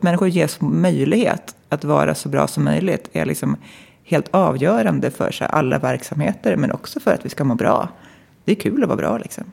människor ges möjlighet att vara så bra som möjligt är liksom helt avgörande för så alla verksamheter, men också för att vi ska må bra. Det är kul att vara bra liksom.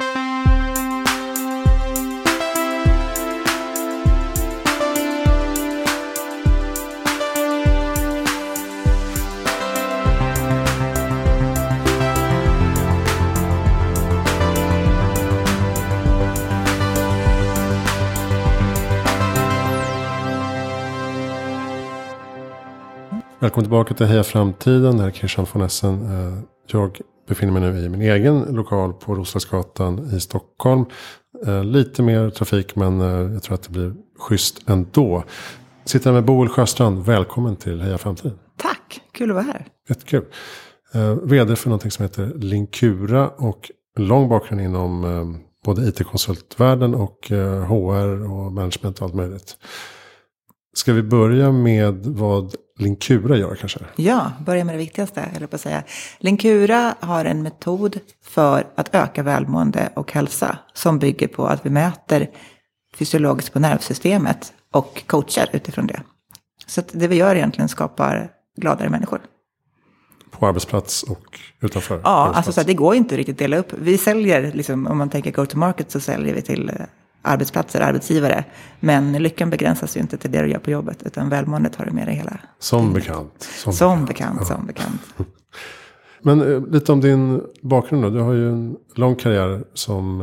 Välkommen tillbaka till Heja Framtiden. Det här är Christian von Essen. Jag befinner mig nu i min egen lokal på Roslagsgatan i Stockholm. Lite mer trafik, men jag tror att det blir schysst ändå. Sitter här med Boel Sjöstrand. Välkommen till Heja Framtiden. Tack, kul att vara här. Jättekul. Vd för någonting som heter Linkura och lång bakgrund inom både IT-konsultvärlden och HR och management och allt möjligt. Ska vi börja med vad Linkura gör kanske? Ja, börja med det viktigaste, eller på att säga. Linkura har en metod för att öka välmående och hälsa som bygger på att vi mäter fysiologiskt på nervsystemet och coachar utifrån det. Så att det vi gör egentligen skapar gladare människor. På arbetsplats och utanför? Ja, alltså så att det går inte riktigt att dela upp. Vi säljer, liksom, om man tänker go-to-market så säljer vi till arbetsplatser, arbetsgivare. Men lyckan begränsas ju inte till det du gör på jobbet, utan välmåendet har du med dig hela. Som bekant. Som bekant. Men lite om din bakgrund då. Du har ju en lång karriär som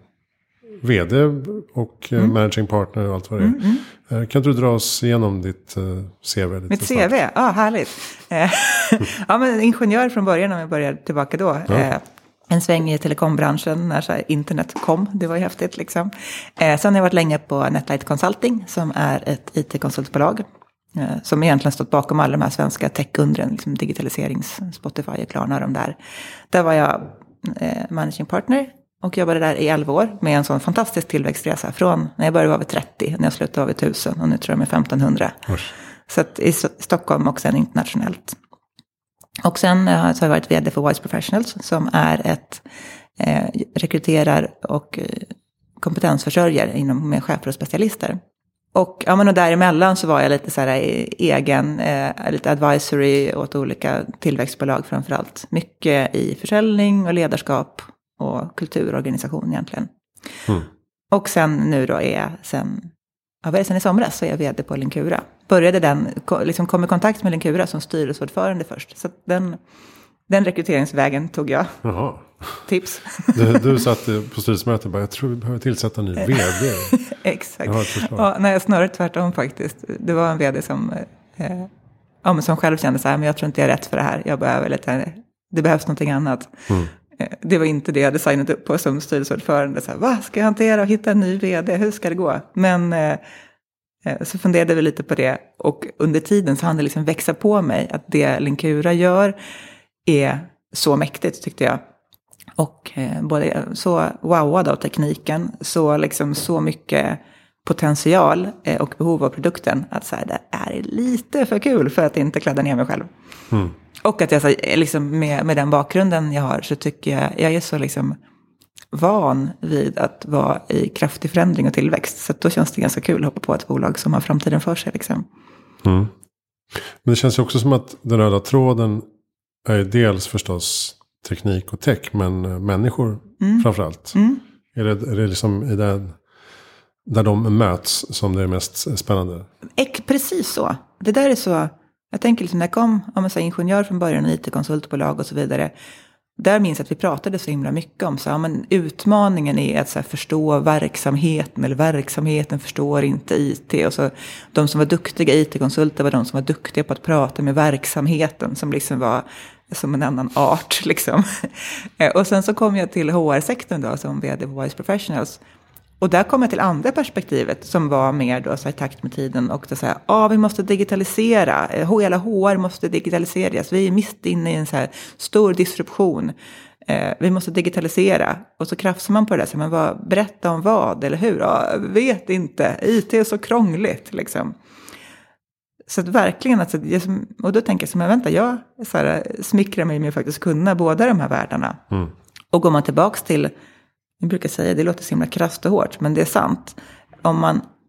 vd och managing partner och allt vad det är. Kan du dra oss igenom ditt CV? Mitt CV? Ja, härligt. Ja, men ingenjör från början om jag börjar tillbaka då. Ja. En sväng i telekombranschen när så här internet kom. Det var ju häftigt liksom. Sen har jag varit länge på Netlight Consulting som är ett IT-konsultbolag. Som egentligen stått bakom alla de här svenska tech-undren. Liksom digitaliserings, Spotify och Klarna de där. Där var jag managing partner. Och jobbade där i 11 år med en sån fantastisk tillväxtresa. Från när jag började var vid 30, när jag slutade var vid 1000 och nu tror jag med 1500. Så att i Stockholm och sen internationellt. Och sen så har jag varit vd för Wise Professionals som är ett rekryterar och kompetensförsörjare med chefer och specialister. Och, ja, men och däremellan så var jag lite så här egen, lite advisory åt olika tillväxtbolag framförallt. Mycket i försäljning och ledarskap och kulturorganisation egentligen. Och sen nu då sen i somras så är jag vd på Linkura. Kom i kontakt med Linkura som styrelseordförande först. Så den rekryteringsvägen tog jag. Jaha. Tips. Du satt på styrelsemötet och bara, jag tror vi behöver tillsätta en ny vd. Exakt. Ja, nej, snarare tvärtom faktiskt. Det var en vd som själv kände så här, men jag tror inte jag är rätt för det här. Jag behöver det behövs någonting annat. Det var inte det jag hade signat upp på som styrelseordförande. Så här, vad ska jag hantera och hitta en ny vd? Hur ska det gå? Men så funderade vi lite på det. Och under tiden så hann det liksom växa på mig att det Linkura gör är så mäktigt tyckte jag. Och både så wowad av tekniken, så mycket potential och behov av produkten. Att så här, det är lite för kul för att inte kladda ner mig själv. Och att jag liksom med den bakgrunden jag har så tycker jag är så liksom van vid att vara i kraftig förändring och tillväxt. Så då känns det ganska kul att hoppa på ett bolag som har framtiden för sig. Liksom. Men det känns ju också som att den röda tråden är dels förstås teknik och tech, men människor framförallt. Är det liksom i den, där de möts som det är mest spännande? Precis så. Det där är så. Jag tänker liksom när jag kom ingenjör från början, IT-konsultbolag och så vidare. Där minns jag att vi pratade så himla mycket om men utmaningen är att så här, förstå verksamheten, eller verksamheten förstår inte IT. Och så, de som var duktiga IT-konsulter var de som var duktiga på att prata med verksamheten som liksom var som en annan art. Liksom. Och sen så kom jag till HR-sektorn då, som vd på Wise Professionals. Och där kom jag till andra perspektivet som var mer då, så här, i takt med tiden. Och då säga, vi måste digitalisera. Hela HR måste digitaliseras. Vi är mitt inne i en så här stor disruption. Vi måste digitalisera. Och så krafsar man på det där. Så man berätta om vad, eller hur? Jag vet inte. IT är så krångligt, liksom. Så att verkligen, och då tänker jag vänta, jag så här, smickrar mig med att faktiskt kunna båda de här världarna. Och går man tillbaks till, jag brukar säga, det låter så himla krasst och hårt, men det är sant. Om man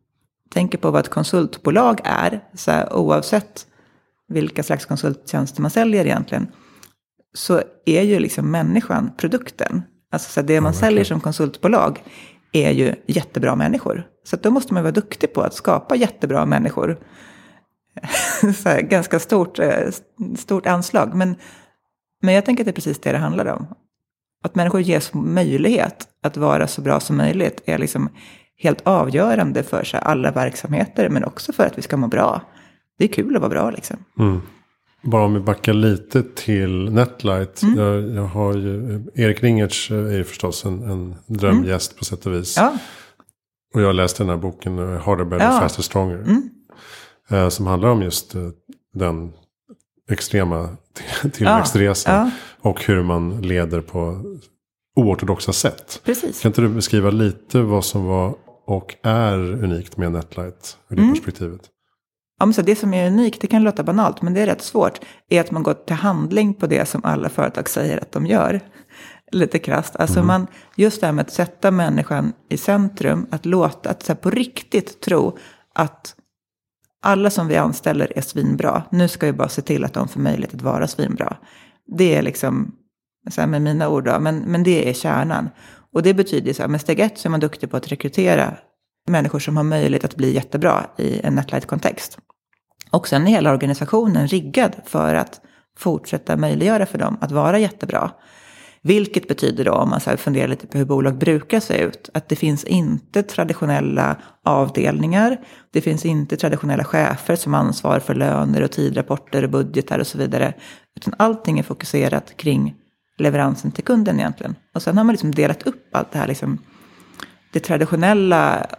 tänker på vad ett konsultbolag är, så här, oavsett vilka slags konsulttjänster man säljer egentligen, så är ju liksom människan produkten. Alltså så här, det man säljer som konsultbolag är ju jättebra människor. Så att då måste man vara duktig på att skapa jättebra människor. Så här, ganska stort anslag. Men jag tänker att det är precis det handlar om. Att människor ges möjlighet att vara så bra som möjligt är liksom helt avgörande för så här, alla verksamheter. Men också för att vi ska må bra. Det är kul att vara bra liksom. Mm. Bara om vi backar lite till Netlight. Jag har ju, Erik Ringertz är ju förstås en drömgäst på sätt och vis. Ja. Och jag läste den här boken Harder, Better, Faster, Stronger. Som handlar om just den extrema tillväxtresan. Ja. Och hur man leder på oortodoxa sätt. Precis. Kan inte du beskriva lite vad som var och är unikt med Netlight ur det perspektivet? Ja, men så det som är unikt, det kan låta banalt, men det är rätt svårt, är att man går till handling på det som alla företag säger att de gör. Lite krasst. Alltså just det här med att sätta människan i centrum, att låta, att så här, på riktigt tro att alla som vi anställer är svinbra. Nu ska vi bara se till att de får möjlighet att vara svinbra. Det är liksom, så här med mina ord då, men det är kärnan. Och det betyder så här, med steg 1 så är man duktig på att rekrytera människor som har möjlighet att bli jättebra i en Netlight-kontext. Och sen är hela organisationen riggad för att fortsätta möjliggöra för dem att vara jättebra. Vilket betyder då, om man så här funderar lite på hur bolag brukar se ut, att det finns inte traditionella avdelningar. Det finns inte traditionella chefer som ansvarar för löner och tidrapporter och budgetar och så vidare. Utan allting är fokuserat kring leveransen till kunden egentligen. Och sen har man liksom delat upp allt det här liksom, det traditionella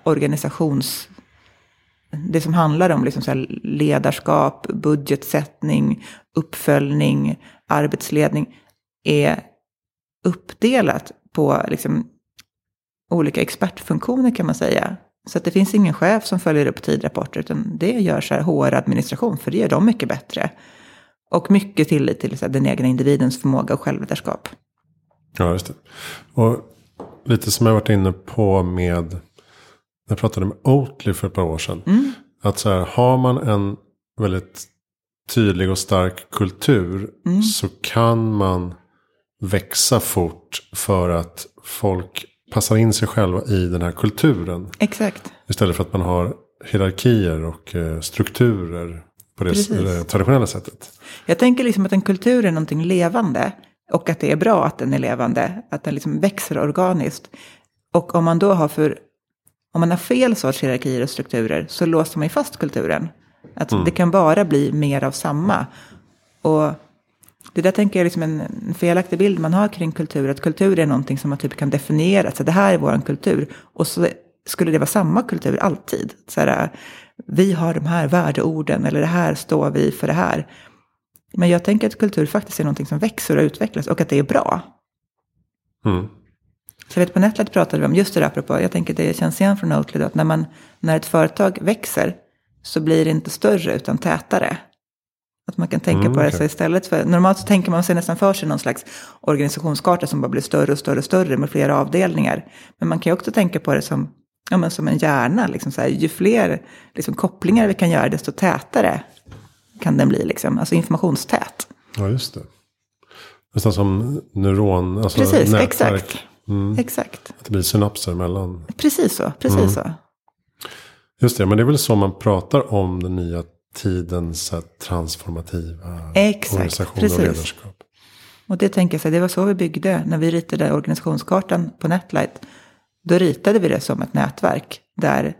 det som handlar om liksom så här ledarskap, budgetsättning, uppföljning, arbetsledning är uppdelat på liksom olika expertfunktioner kan man säga. Så att det finns ingen chef som följer upp tidrapporter, utan det gör så här HR-administration, för det gör de mycket bättre. Och mycket tillit till så här, den egna individens förmåga och självledarskap. Ja, just det. Och lite som jag varit inne på med, jag pratade med Oatly för ett par år sedan. Att så här, har man en väldigt tydlig och stark kultur så kan man växa fort för att folk passar in sig själva i den här kulturen. Exakt. Istället för att man har hierarkier och strukturer på det traditionella sättt. Jag tänker liksom att en kultur är någonting levande. Och att det är bra att den är levande. Att den liksom växer organiskt. Och om man då om man har fel sorts hierarkier och strukturer, så låser man ju fast kulturen. Att det kan bara bli mer av samma. Och det där tänker jag liksom en felaktig bild man har kring kultur. Att kultur är någonting som man typ kan definiera. Så det här är vår kultur. Och så skulle det vara samma kultur alltid. Så här, vi har de här värdeorden. Eller det här står vi för det här. Men jag tänker att kultur faktiskt är någonting som växer och utvecklas. Och att det är bra. Så jag vet, på Netlight pratade vi om just det där apropå. Jag tänker att det känns igen från Oatly då, att när ett företag växer så blir det inte större utan tätare. Att man kan tänka på det så istället för, normalt så tänker man sig nästan för sig någon slags organisationskarta som bara blir större och större och större med flera avdelningar. Men man kan ju också tänka på det som en hjärna. Liksom så här, ju fler liksom, kopplingar vi kan göra, desto tätare kan den bli. Liksom, alltså informationstät. Ja, just det. Nästan som neuron, alltså precis, nätverk. Exakt. Exakt. Att det blir synapser mellan. Precis så. Just det, men det är väl så man pratar om den nya tidens transformativa organisation och ledarskap. Och det tänker jag sig, det var så vi byggde när vi ritade organisationskartan på Netlight. Då ritade vi det som ett nätverk där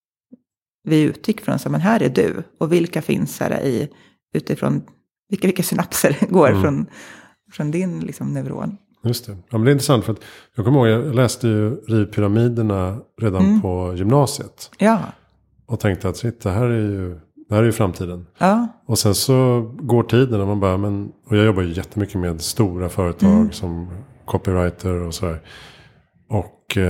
vi utgick från så, men här är du och vilka finns här utifrån vilka synapser går från din liksom, neuron. Just det. Ja, men det är intressant för att jag kommer ihåg, jag läste ju rivpyramiderna redan på gymnasiet. Ja. Och tänkte att det här är ju framtiden. Ja. Och sen så går tiden och man bara, och jag jobbar ju jättemycket med stora företag som copywriter och sådär. Och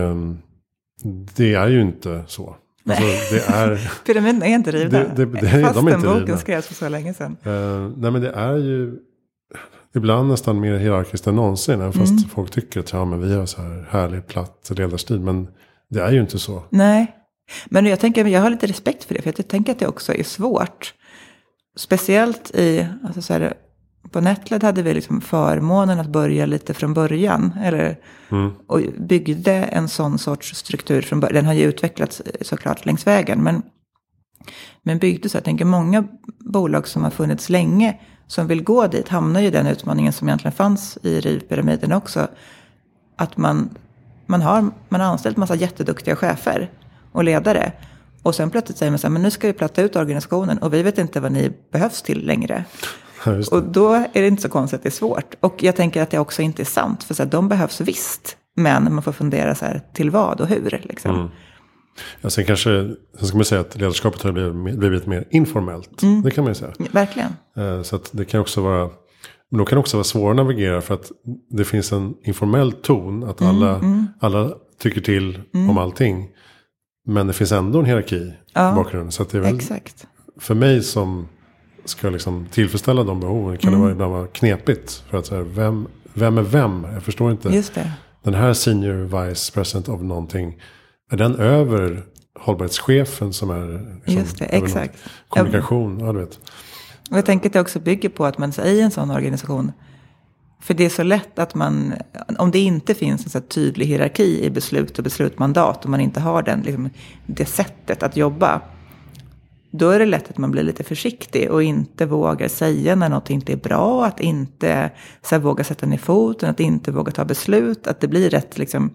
det är ju inte så. Alltså, det är... Pyramiden är inte rivna. Fast de är inte boken skrevs för så länge sedan. Nej, men det är ju ibland nästan mer hierarkiskt än någonsin. Fast folk tycker att men vi har så här härlig platt ledarstil. Men det är ju inte så. Nej. Men jag har lite respekt för det, för jag tänker att det också är svårt. Speciellt alltså så här, på Netled hade vi liksom förmånen att börja lite från början. Och byggde en sån sorts struktur från början. Den har ju utvecklats såklart längs vägen. Men byggde så, jag tänker många bolag som har funnits länge som vill gå dit hamnar ju den utmaningen som egentligen fanns i rivpyramiden också. Att man har anställt massa jätteduktiga chefer och ledare. Och sen plötsligt säger man så här, men nu ska vi platta ut organisationen och vi vet inte vad ni behövs till längre. Och då är det inte så konstigt att det är svårt. Och jag tänker att det också inte är sant. För så här, de behövs visst. Men man får fundera så här, till vad och hur liksom. Ja, sen ska man säga att ledarskapet har blivit mer informellt. Det kan man ju säga. Verkligen. Så att det kan också vara... Men då kan det också vara svårt att navigera för att det finns en informell ton. Att alla tycker till om allting. Men det finns ändå en hierarki i bakgrunden. Så att det är väl, exakt. För mig som ska liksom tillfredsställa de behoven kan det ibland vara knepigt. För att så här, vem är vem? Jag förstår inte. Just det. Den här senior vice president of någonting. Är den över hållbarhetschefen som är liksom, just det, exakt. Kommunikation, ja du vet. Och jag tänker att det också bygger på att man i en sån organisation, för det är så lätt att man, om det inte finns en så tydlig hierarki i beslut och beslutmandat och man inte har det sättet att jobba, då är det lätt att man blir lite försiktig och inte vågar säga när något inte är bra, att inte så här, våga sätta ner foten, att inte våga ta beslut, att det blir rätt liksom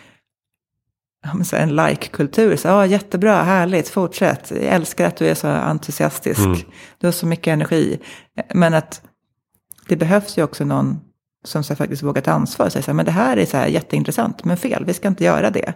en like-kultur. Så, jättebra, härligt, fortsätt. Jag älskar att du är så entusiastisk. Du har så mycket energi. Men att det behövs ju också någon som så faktiskt vågar ta ansvar och säga så här, men det här är så här jätteintressant, men fel, vi ska inte göra det.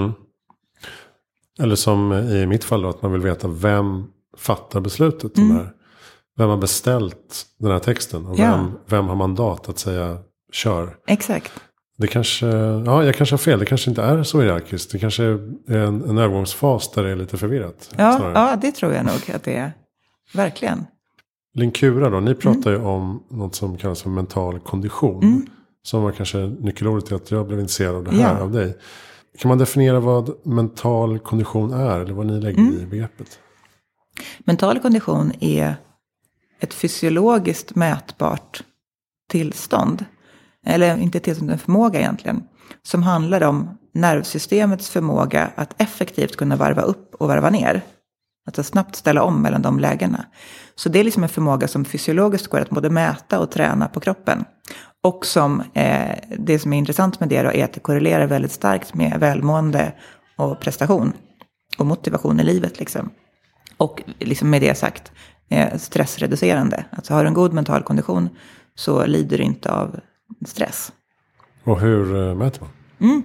Eller som i mitt fall då, att man vill veta vem fattar beslutet. Vem har beställt den här texten och vem har mandat att säga kör. Exakt. Det kanske, jag kanske har fel. Det kanske inte är så hierarkiskt. Det kanske är en övergångsfas där det är lite förvirrat. Ja, det tror jag nog att det är. Verkligen. Linkura då, ni pratar ju om något som kallas för mental kondition. Som var kanske nyckelordet till att jag blev intresserad av det här av dig. Kan man definiera vad mental kondition är? Eller vad ni lägger i begreppet? Mental kondition är ett fysiologiskt mätbart tillstånd. Eller inte tillstånd, en förmåga egentligen. Som handlar om nervsystemets förmåga att effektivt kunna varva upp och varva ner. Att snabbt ställa om mellan de lägena. Så det är liksom en förmåga som fysiologiskt går att både mäta och träna på kroppen. Och som det som är intressant med det då är att det korrelerar väldigt starkt med välmående och prestation. Och motivation i livet liksom. Och liksom med det sagt stressreducerande. Alltså har du en god mental kondition så lider du inte av stress. Och hur mäter man?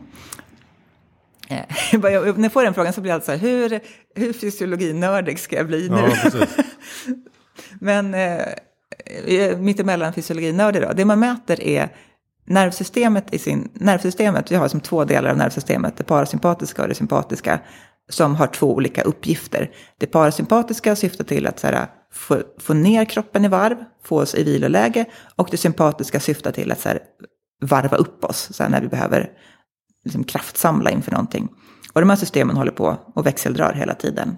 När jag får den frågan så blir det alltså hur fysiologinördig ska jag bli nu? Ja, precis. Men mittemellan fysiologinördig då. Det man mäter är nervsystemet. Vi har som två delar av nervsystemet. Det parasympatiska och det sympatiska. Som har två olika uppgifter. Det parasympatiska syftar till att så här, få ner kroppen i varv. Få oss i viloläge. Och det sympatiska syftar till att så här, varva upp oss. Så här, när vi behöver liksom, kraftsamla inför någonting. Och de här systemen håller på och växeldrar hela tiden.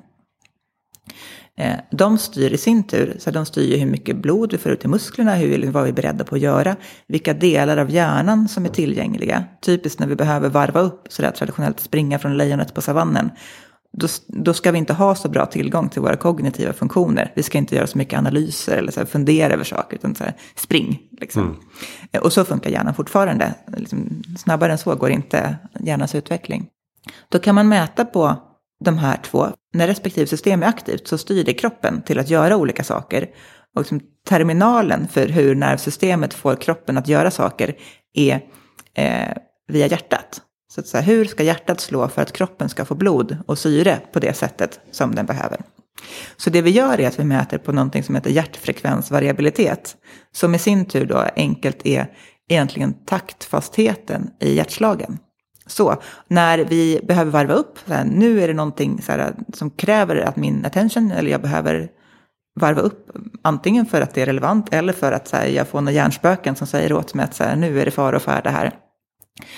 De styr i sin tur, så de styr hur mycket blod vi får ut i musklerna, vad vi är beredda på att göra, vilka delar av hjärnan som är tillgängliga. Typiskt när vi behöver varva upp, så där traditionellt springa från lejonet på savannen. Då ska vi inte ha så bra tillgång till våra kognitiva funktioner. Vi ska inte göra så mycket analyser eller så här fundera över saker, utan så här, spring. Liksom. Och så funkar hjärnan fortfarande. Liksom, snabbare än så går inte hjärnans utveckling. Då kan man mäta på de här två. När respektive system är aktivt så styr det kroppen till att göra olika saker. Och liksom terminalen för hur nervsystemet får kroppen att göra saker är via hjärtat. Så att säga, hur ska hjärtat slå för att kroppen ska få blod och syre på det sättet som den behöver. Så det vi gör är att vi mäter på någonting som heter hjärtfrekvensvariabilitet. Som i sin tur då enkelt är egentligen taktfastheten i hjärtslagen. Så när vi behöver varva upp, så här, nu är det någonting så här, som kräver att min attention, eller jag behöver varva upp, antingen för att det är relevant eller för att så här, jag får några hjärnspöken som säger åt mig att så här, nu är det fara och färda här.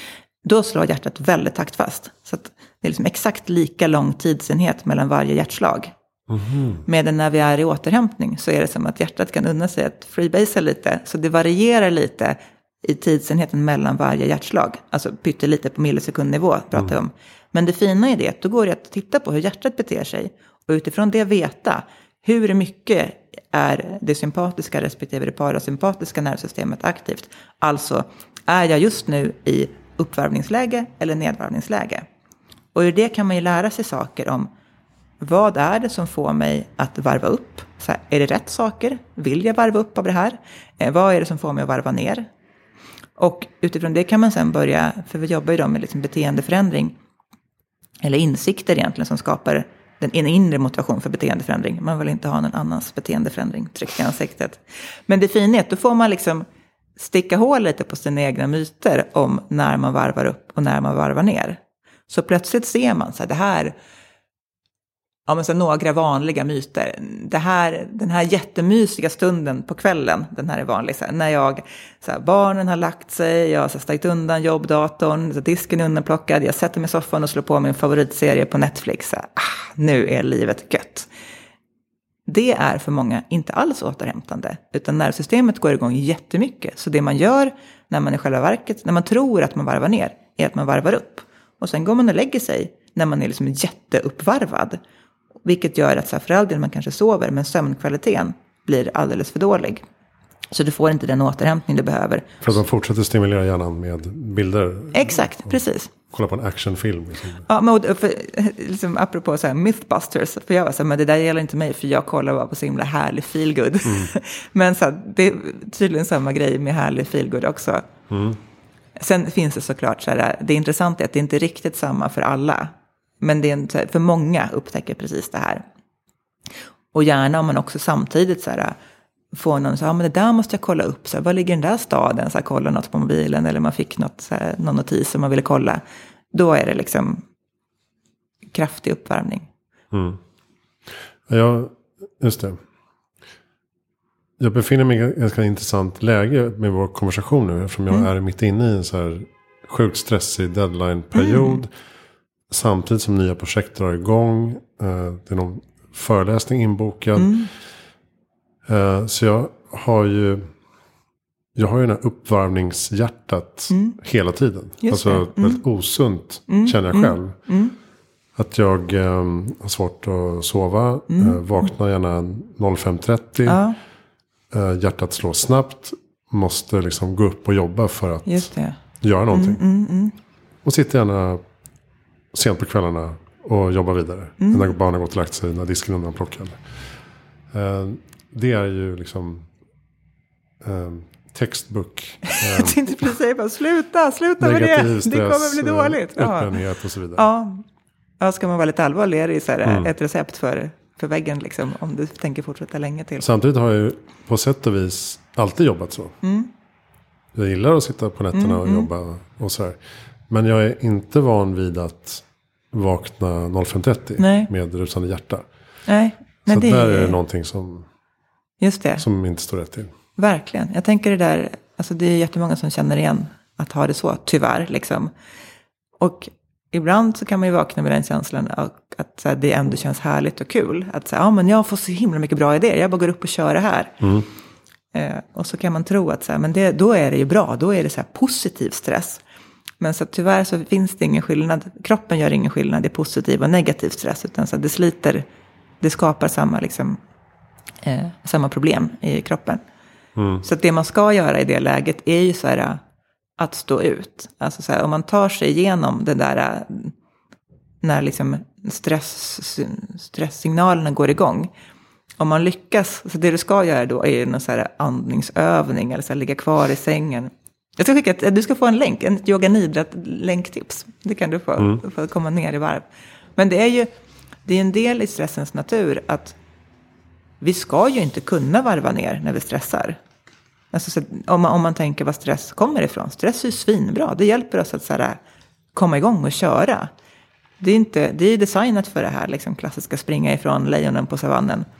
då slår hjärtat väldigt taktfast. Så att det är liksom exakt lika lång tidsenhet mellan varje hjärtslag. Medan när vi är i återhämtning så är det som att hjärtat kan unna sig att freebasea lite. Så det varierar lite i tidsenheten mellan varje hjärtslag. Alltså pyttelite på millisekundnivå pratar vi om. Men det fina är det att då går det att titta på hur hjärtat beter sig. Och utifrån det veta hur mycket är det sympatiska respektive det parasympatiska nervsystemet aktivt. Alltså, är jag just nu i uppvärmningsläge eller nedvärmningsläge? Och ur det kan man ju lära sig saker om vad är det som får mig att varva upp? Så här, är det rätt saker? Vill jag varva upp av det här? Vad är det som får mig att varva ner? Och utifrån det kan man sen börja, för vi jobbar ju då med liksom beteendeförändring, eller insikter egentligen som skapar en inre motivation för beteendeförändring. Man vill inte ha någon annans beteendeförändring tryckt i ansiktet. Men det fina är att då får man liksom sticka hål lite på sina egna myter om när man varvar upp och när man varvar ner. Så plötsligt ser man så här, det här, ja, men så några vanliga myter. Den här jättemysiga stunden på kvällen, den här är vanlig. Så här, när barnen har lagt sig, jag har stängt undan jobbdatorn, så disken är undanplockad, jag sätter mig i soffan och slår på min favoritserie på Netflix. Så här, nu är livet gött. Det är för många inte alls återhämtande, utan nervsystemet går igång jättemycket. Så det man gör när man i själva verket, när man tror att man varvar ner, är att man varvar upp. Och sen går man och lägger sig när man är liksom jätteuppvarvad. Vilket gör att för all del man kanske sover, men sömnkvaliteten blir alldeles för dålig. Så du får inte den återhämtning du behöver. För att de fortsätter stimulera hjärnan med bilder. Exakt, precis. Kolla på en actionfilm. Liksom. Ja, men liksom, apropå så här mythbusters. För jag var så här, men det där gäller inte mig, för jag kollar bara på så himla härlig feelgood. Men så här, det är tydligen samma grej med härlig feelgood också. Sen finns det såklart så här, det intressanta är att det inte är riktigt samma för alla. Men det är för många upptäcker precis det här. Och gärna om man också samtidigt så här, får någon så här, men det där måste jag kolla upp. Så här, var ligger den där staden? Så här, kolla något på mobilen. Eller man fick något, så här, någon notis som man ville kolla. Då är det liksom kraftig uppvärmning. Ja, just det. Jag befinner mig i ett ganska intressant läge med vår konversation nu. Eftersom jag är mitt inne i en så här sjukt stressig deadline-period. Samtidigt som nya projekt drar igång. Det är någon föreläsning inbokad. Så jag har ju den här uppvärmningshjärtat hela tiden. Alltså väldigt osunt känner jag själv. Att jag har svårt att sova. Vaknar gärna 05:30. Hjärtat slår snabbt. Måste liksom gå upp och jobba för att göra någonting. Och sitter gärna sent på kvällarna och jobbar vidare. När barnen har gått och lagt sig, när disken är undanplockad. Det är ju liksom textbook. Jag tänkte precis säga bara, sluta med det. Det kommer bli dåligt. Öppenhet och så vidare. Ja, ska man vara lite allvarlig är det så här, ett recept för väggen liksom, om du tänker fortsätta länge till. Samtidigt har jag ju på sätt och vis alltid jobbat så. Jag gillar att sitta på nätterna och jobba och så här. Men jag är inte van vid att vakna 05:30 med rusande hjärta. Nej. Så det där är någonting som inte står rätt till. Verkligen. Jag tänker det där, alltså det är jättemånga som känner igen att ha det så, tyvärr liksom. Och ibland så kan man ju vakna med den känslan att så här, det ändå känns härligt och kul. Att så här, men jag får så himla mycket bra idéer, jag bara går upp och kör det här. Och så kan man tro att så här, men då är det ju bra, då är det så här positiv stress. Men så tyvärr så finns det ingen skillnad. Kroppen gör ingen skillnad i positiv och negativ stress. Utan så det sliter, det skapar samma problem i kroppen. Så att det man ska göra i det läget är ju så här att stå ut. Alltså så här, om man tar sig igenom det där när liksom stresssignalerna går igång. Om man lyckas, så det du ska göra då är någon så här andningsövning eller så här ligga kvar i sängen. Jag ska skicka att du ska få en länk, en yoga nidrat länktips. Det kan du få för att komma ner i varv. Men det är en del i stressens natur att vi ska ju inte kunna varva ner när vi stressar. Alltså, så om man tänker vad stress kommer ifrån. Stress är ju svinbra. Det hjälper oss att så här, komma igång och köra. Det är designat för det här liksom, klassiska springa ifrån lejonen på savannen.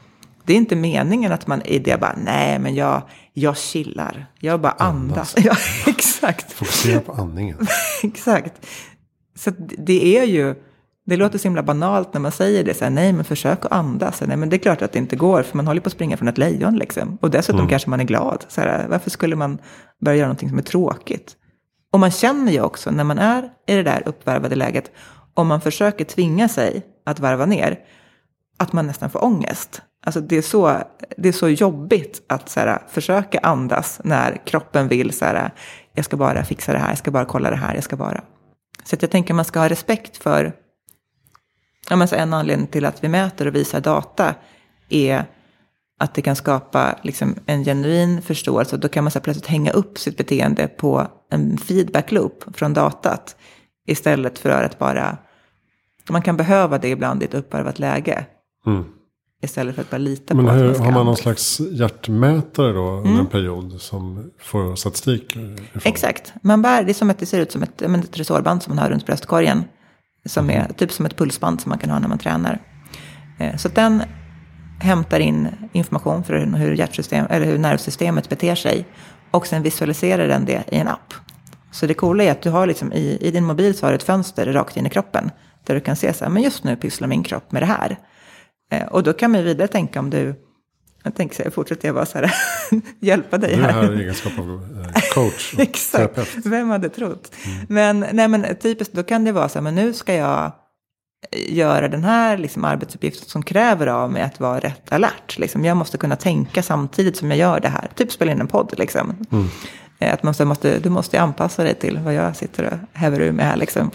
Det är inte meningen att man i det bara, nej men jag chillar. Jag bara andas. Ja, exakt. Fokusera på andningen. Exakt. Så det är ju, det låter så himla banalt när man säger det. Så här, nej men försök att andas. Nej men det är klart att det inte går, för man håller på att springa från ett lejon liksom. Och dessutom kanske man är glad. Så här, varför skulle man börja göra någonting som är tråkigt? Och man känner ju också när man är i det där uppvarvade läget, om man försöker tvinga sig att varva ner, att man nästan får ångest. Alltså det är så jobbigt att så här, försöka andas när kroppen vill så här, jag ska bara fixa det här, jag ska bara kolla det här, jag ska bara. Så att jag tänker att man ska ha respekt för, ja, men så en anledning till att vi mäter och visar data är att det kan skapa liksom en genuin förståelse. Och då kan man så plötsligt hänga upp sitt beteende på en feedback loop från datat. Istället för att bara, man kan behöva det ibland i ett uppvarvat läge. Istället för att bara lita på att man ska har man någon andas. slags hjärtmätare då under en period som får statistik ifrån? Exakt. Man bär, det ser ut som ett resårband som man har runt bröstkorgen. Som är typ som ett pulsband som man kan ha när man tränar. Så att den hämtar in information för hur nervsystemet beter sig. Och sen visualiserar den det i en app. Så det coola är att du har liksom i din mobil så har du ett fönster rakt in i kroppen. Där du kan se så här, men just nu pysslar min kropp med det här. Och då kan man vidare tänka om du, jag tänker så här, fortsätter jag vara så här, hjälpa dig här. Du har egenskap av coach och exakt, terapeut. Vem hade trott? Men typiskt, då kan det vara så här, men nu ska jag göra den här liksom arbetsuppgiften som kräver av mig att vara rätt alert. Liksom. Jag måste kunna tänka samtidigt som jag gör det här. Typ spela in en podd liksom. Att du måste anpassa dig till vad jag sitter och häver ur med här liksom.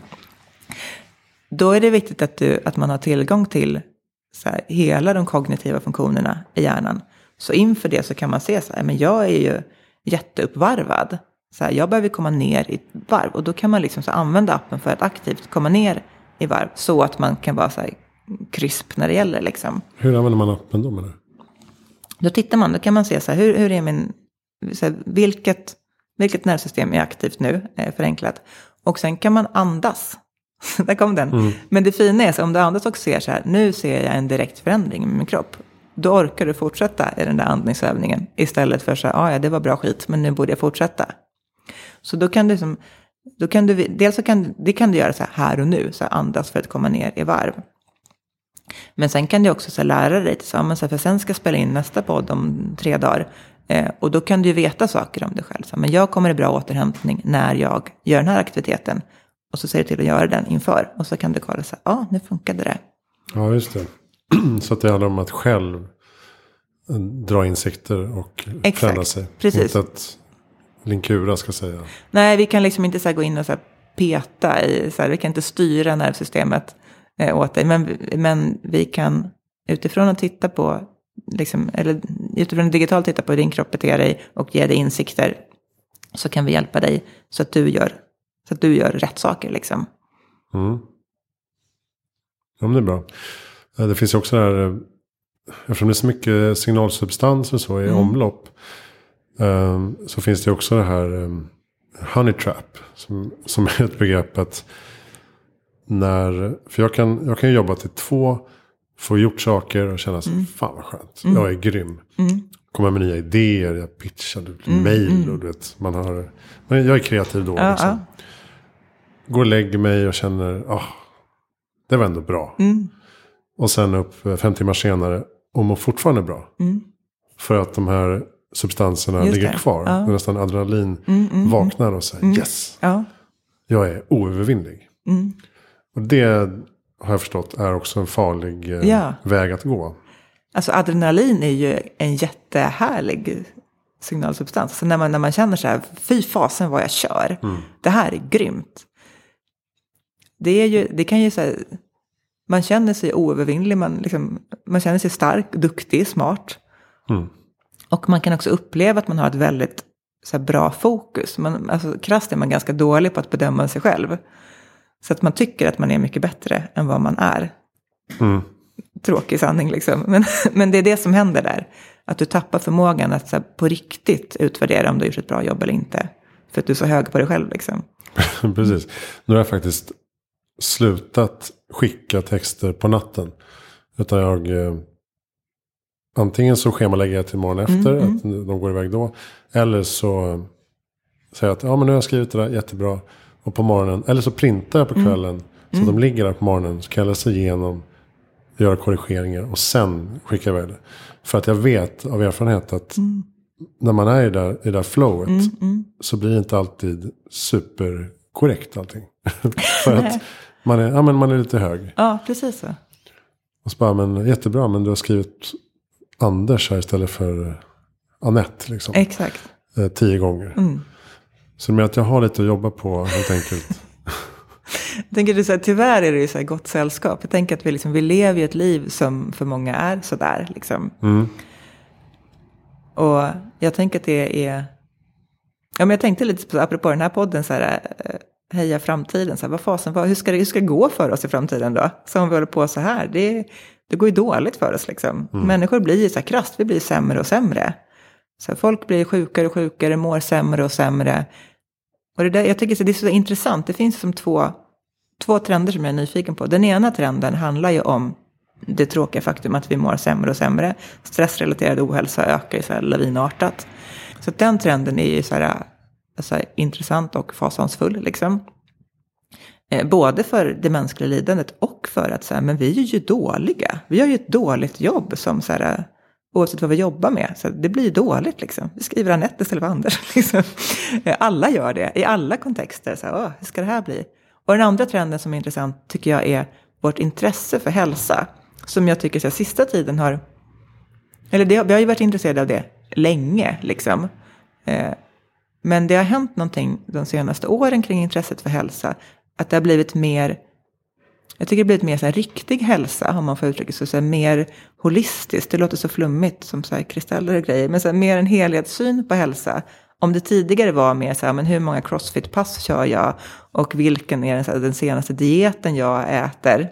Då är det viktigt att man har tillgång till så här, hela de kognitiva funktionerna i hjärnan. Så inför det så kan man se så här, men jag är ju jätteuppvarvad. Så här, jag behöver komma ner i varv. Och då kan man liksom så använda appen för att aktivt komma ner i varv. Så att man kan vara så här krisp när det gäller liksom. Hur använder man appen då med det? Då tittar man, då kan man se så här, hur är min, så här, vilket nervsystem är aktivt nu, förenklat. Och sen kan man andas. Där kom den. Men det fina är så om du andas och ser så här, nu ser jag en direkt förändring i min kropp. Då orkar du fortsätta i den där andningsövningen. Istället för så här, ja det var bra skit, men nu borde jag fortsätta. Så då kan du det kan du göra så här och nu, så här, andas för att komma ner i varv. Men sen kan du också så här, lära dig tillsammans, för sen ska jag spela in nästa podd om 3 dagar. Och då kan du veta saker om dig själv. Så, men jag kommer i bra återhämtning när jag gör den här aktiviteten. Och så ser du till att göra den inför. Och så kan du kolla så här, nu funkade det. Ja, just det. Så att det handlar om att själv dra insikter och förändra sig. Precis. Inte att Linkura ska säga. Nej, vi kan liksom inte så här, gå in och så här, peta i, så här, vi kan inte styra nervsystemet åt dig. Men vi kan utifrån att titta på, liksom, eller utifrån digitalt titta på hur din kropp beter dig och ge dig insikter. Så kan vi hjälpa dig så att du gör rätt saker liksom. Ja, men det är bra. Det finns ju också det här, eftersom det är så mycket signalsubstanser så i omlopp, så finns det också det här honey trap som är ett begrepp att för jag kan ju jobba till 2, få gjort saker och känna så fan vad skönt, jag är grym. Kommer med nya idéer, jag pitchar mejl och du vet, men jag är kreativ då liksom. Går och lägger mig och känner, det var ändå bra. Och sen upp 5 timmar senare och mår fortfarande bra. För att de här substanserna ligger kvar. Det är nästan adrenalin vaknar och säger yes. Jag är oövervinnlig. Och det har jag förstått är också en farlig väg att gå. Alltså adrenalin är ju en jättehärlig signalsubstans. Så när man känner så här, fy fasen vad jag kör. Det här är grymt. Det kan ju så här, man känner sig oövervinnlig, man känner sig stark, duktig, smart. Och man kan också uppleva att man har ett väldigt så här, bra fokus. Krasst är man ganska dålig på att bedöma sig själv. Så att man tycker att man är mycket bättre än vad man är. Tråkig sanning liksom. Men det är det som händer där. Att du tappar förmågan att så här, på riktigt utvärdera om du har gjort ett bra jobb eller inte. För att du är så hög på dig själv liksom. Precis. Nu har jag faktiskt slutat skicka texter på natten. Utan antingen så schemalägger jag till morgon efter. Att de går iväg då. Eller så säger jag att men nu har jag skrivit det där jättebra. Och på morgonen. Eller så printar jag på kvällen. Så de ligger där på morgonen. Så kan jag läsa igenom. Göra korrigeringar. Och sen skicka iväg det. För att jag vet av erfarenhet att. När man är i det där flowet. Så blir det inte alltid superkorrekt allting. För att man är lite hög. Ja, precis så. Och så bara, men jättebra. Men du har skrivit Anders här istället för Anette. Liksom. Exakt. 10 gånger. Så med att jag har lite att jobba på helt enkelt. Jag tänker så här, tyvärr är det ju så här gott sällskap. Jag tänker att vi lever ju ett liv som för många är sådär. Liksom. Och jag tänker att det är... Ja, men jag tänkte lite på, apropå den här podden, så här, heja framtiden. Så här, vad fasen, hur ska det gå för oss i framtiden då? Så om vi håller på så här, det går ju dåligt för oss. Liksom. Människor blir ju så här krasst, vi blir sämre och sämre. Så här, folk blir sjukare och sjukare, mår sämre och sämre. Och jag tycker att det är så intressant. Det finns som två trender som jag är nyfiken på. Den ena trenden handlar ju om det tråkiga faktum att vi mår sämre och sämre. Stressrelaterad ohälsa ökar så här lavinartat. Så den trenden är ju så här, alltså, intressant och fasansfull liksom. Både för det mänskliga lidandet och för att så här, men vi är ju dåliga. Vi har ju ett dåligt jobb som så här, oavsett vad vi jobbar med. Så det blir ju dåligt liksom. Vi skriver Anette istället för Anders. Liksom. Alla gör det i alla kontexter. Så här, hur ska det här bli? Och den andra trenden som är intressant tycker jag är vårt intresse för hälsa. Som jag tycker så här, sista tiden har... Eller vi har ju varit intresserade av det länge liksom. Men det har hänt någonting de senaste åren kring intresset för hälsa. Att det har blivit mer... Jag tycker det har blivit mer så här, riktig hälsa, om man får uttrycka sig så här, mer holistiskt. Det låter så flummigt som så här, kristaller och grejer. Men så här, mer en helhetssyn på hälsa. Om det tidigare var mer så här, men hur många crossfit-pass kör jag? Och vilken är den senaste dieten jag äter?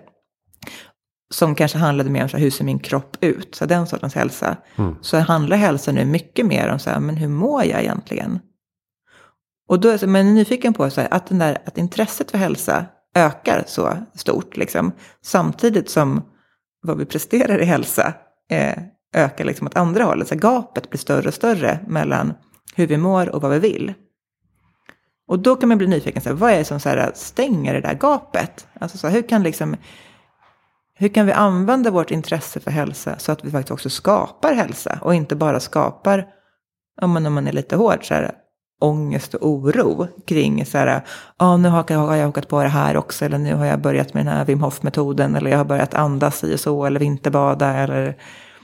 Som kanske handlade mer om så här, hur ser min kropp ut? Så den sortens hälsa. Så handlar hälsa nu mycket mer om så här, men hur mår jag egentligen? Och då är man nyfiken på så här, att intresset för hälsa ökar så stort liksom. Samtidigt som vad vi presterar i hälsa ökar liksom åt andra hållet. Så gapet blir större och större mellan hur vi mår och vad vi vill. Och då kan man bli nyfiken så här, vad är det som så här, stänger det där gapet? Alltså så här, hur kan vi använda vårt intresse för hälsa så att vi faktiskt också skapar hälsa och inte bara skapar, om man är lite hård så här, ångest och oro kring så här, nu har jag hakat på det här också, eller nu har jag börjat med den här Wim Hof-metoden, eller jag har börjat andas i och så, eller vinterbada, eller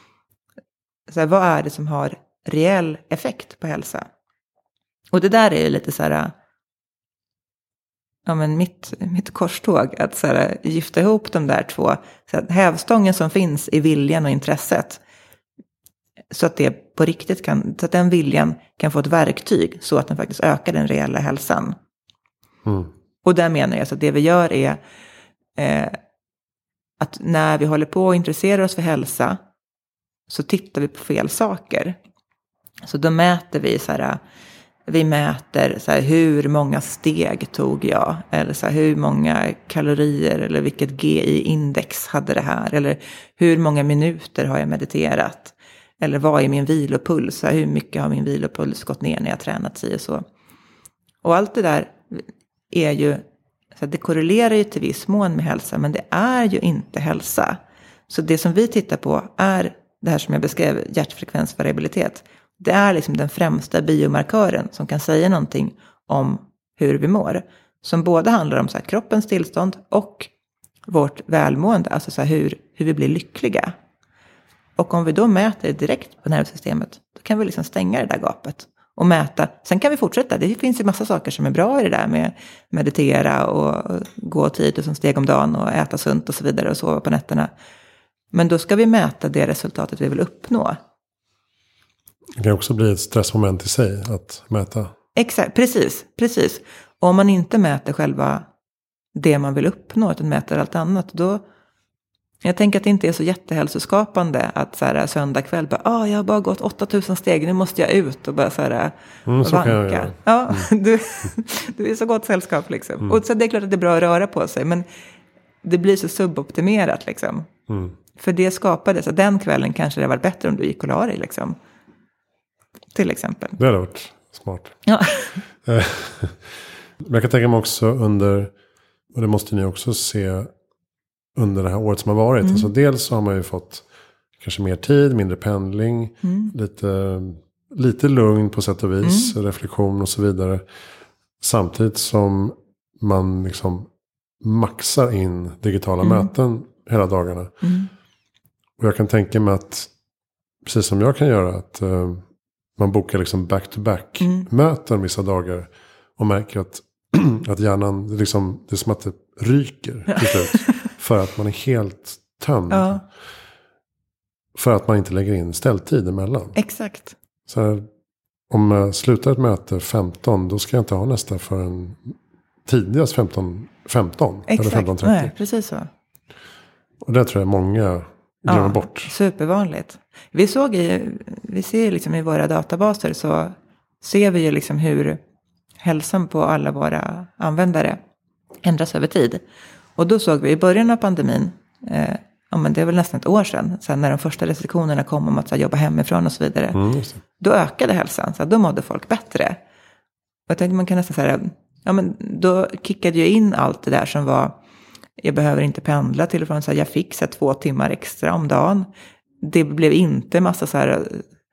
så här, vad är det som har reell effekt på hälsa? Och det där är ju lite så här, ja men mitt korståg, att så här, gifta ihop de där två, så att hävstången som finns i viljan och intresset, så att det på riktigt så att den viljan kan få ett verktyg så att den faktiskt ökar den reella hälsan. Och där menar jag så att det vi gör är att när vi håller på och intresserar oss för hälsa så tittar vi på fel saker. Så då mäter vi så här, vi mäter så här, hur många steg tog jag, eller så här, hur många kalorier eller vilket GI-index hade det här, eller hur många minuter har jag mediterat. Eller vad är min vilopuls? Hur mycket har min vilopuls gått ner när jag tränat sig och så. Och allt det där är ju, så det korrelerar ju till viss mån med hälsa, men det är ju inte hälsa. Så det som vi tittar på är det här som jag beskrev, hjärtfrekvensvariabilitet. Det är liksom den främsta biomarkören som kan säga någonting om hur vi mår. Som både handlar om så här, kroppens tillstånd och vårt välmående, alltså så här, hur vi blir lyckliga. Och om vi då mäter direkt på nervsystemet, då kan vi liksom stänga det där gapet och mäta. Sen kan vi fortsätta. Det finns ju massa saker som är bra i det där med meditera och gå 10 000 steg om dagen och äta sunt och så vidare och sova på nätterna. Men då ska vi mäta det resultatet vi vill uppnå. Det kan också bli ett stressmoment i sig att mäta. Exakt, precis. Och om man inte mäter själva det man vill uppnå utan mäter allt annat, då... Jag tänker att det inte är så jättehälsoskapande att så här, söndag kväll bara, jag har bara gått 8000 steg, nu måste jag ut och bara så här, så vanka. Ja, du är så gott sällskap liksom. Och så det är klart att det är bra att röra på sig, men det blir så suboptimerat liksom. För det skapades, att den kvällen kanske det var bättre om du gick och la dig liksom. Till exempel. Det hade varit smart. Ja. Men jag kan tänka mig också under, och det måste ni också se under det här året som har varit. Alltså dels så har man ju fått kanske mer tid, mindre pendling, lite lugn på sätt och vis, reflektion och så vidare. Samtidigt som man liksom maxar in digitala möten hela dagarna. Och jag kan tänka mig att, precis som jag kan göra, att man bokar liksom back-to-back möten vissa dagar och märker att hjärnan, liksom, det är som att det ryker till slut. För att man är helt tömd. Ja. För att man inte lägger in ställtid emellan. Exakt. Så här, om jag slutar ett möte 15, då ska jag inte ha nästa förrän tidigast 15 eller 15:30. Nej, precis så. Och det tror jag många glömmer bort. Supervanligt. Vi ser liksom i våra databaser, så ser vi ju liksom hur hälsan på alla våra användare ändras över tid. Och då såg vi i början av pandemin, men det är väl nästan ett år sedan när de första restriktionerna kom om att så här, jobba hemifrån och så vidare. Då ökade hälsan, så här, då mådde folk bättre. Och jag tänkte man kan nästan säga, då kickade ju in allt det där som var, jag behöver inte pendla till och från, så här, jag fick så här, 2 timmar extra om dagen. Det blev inte massa så här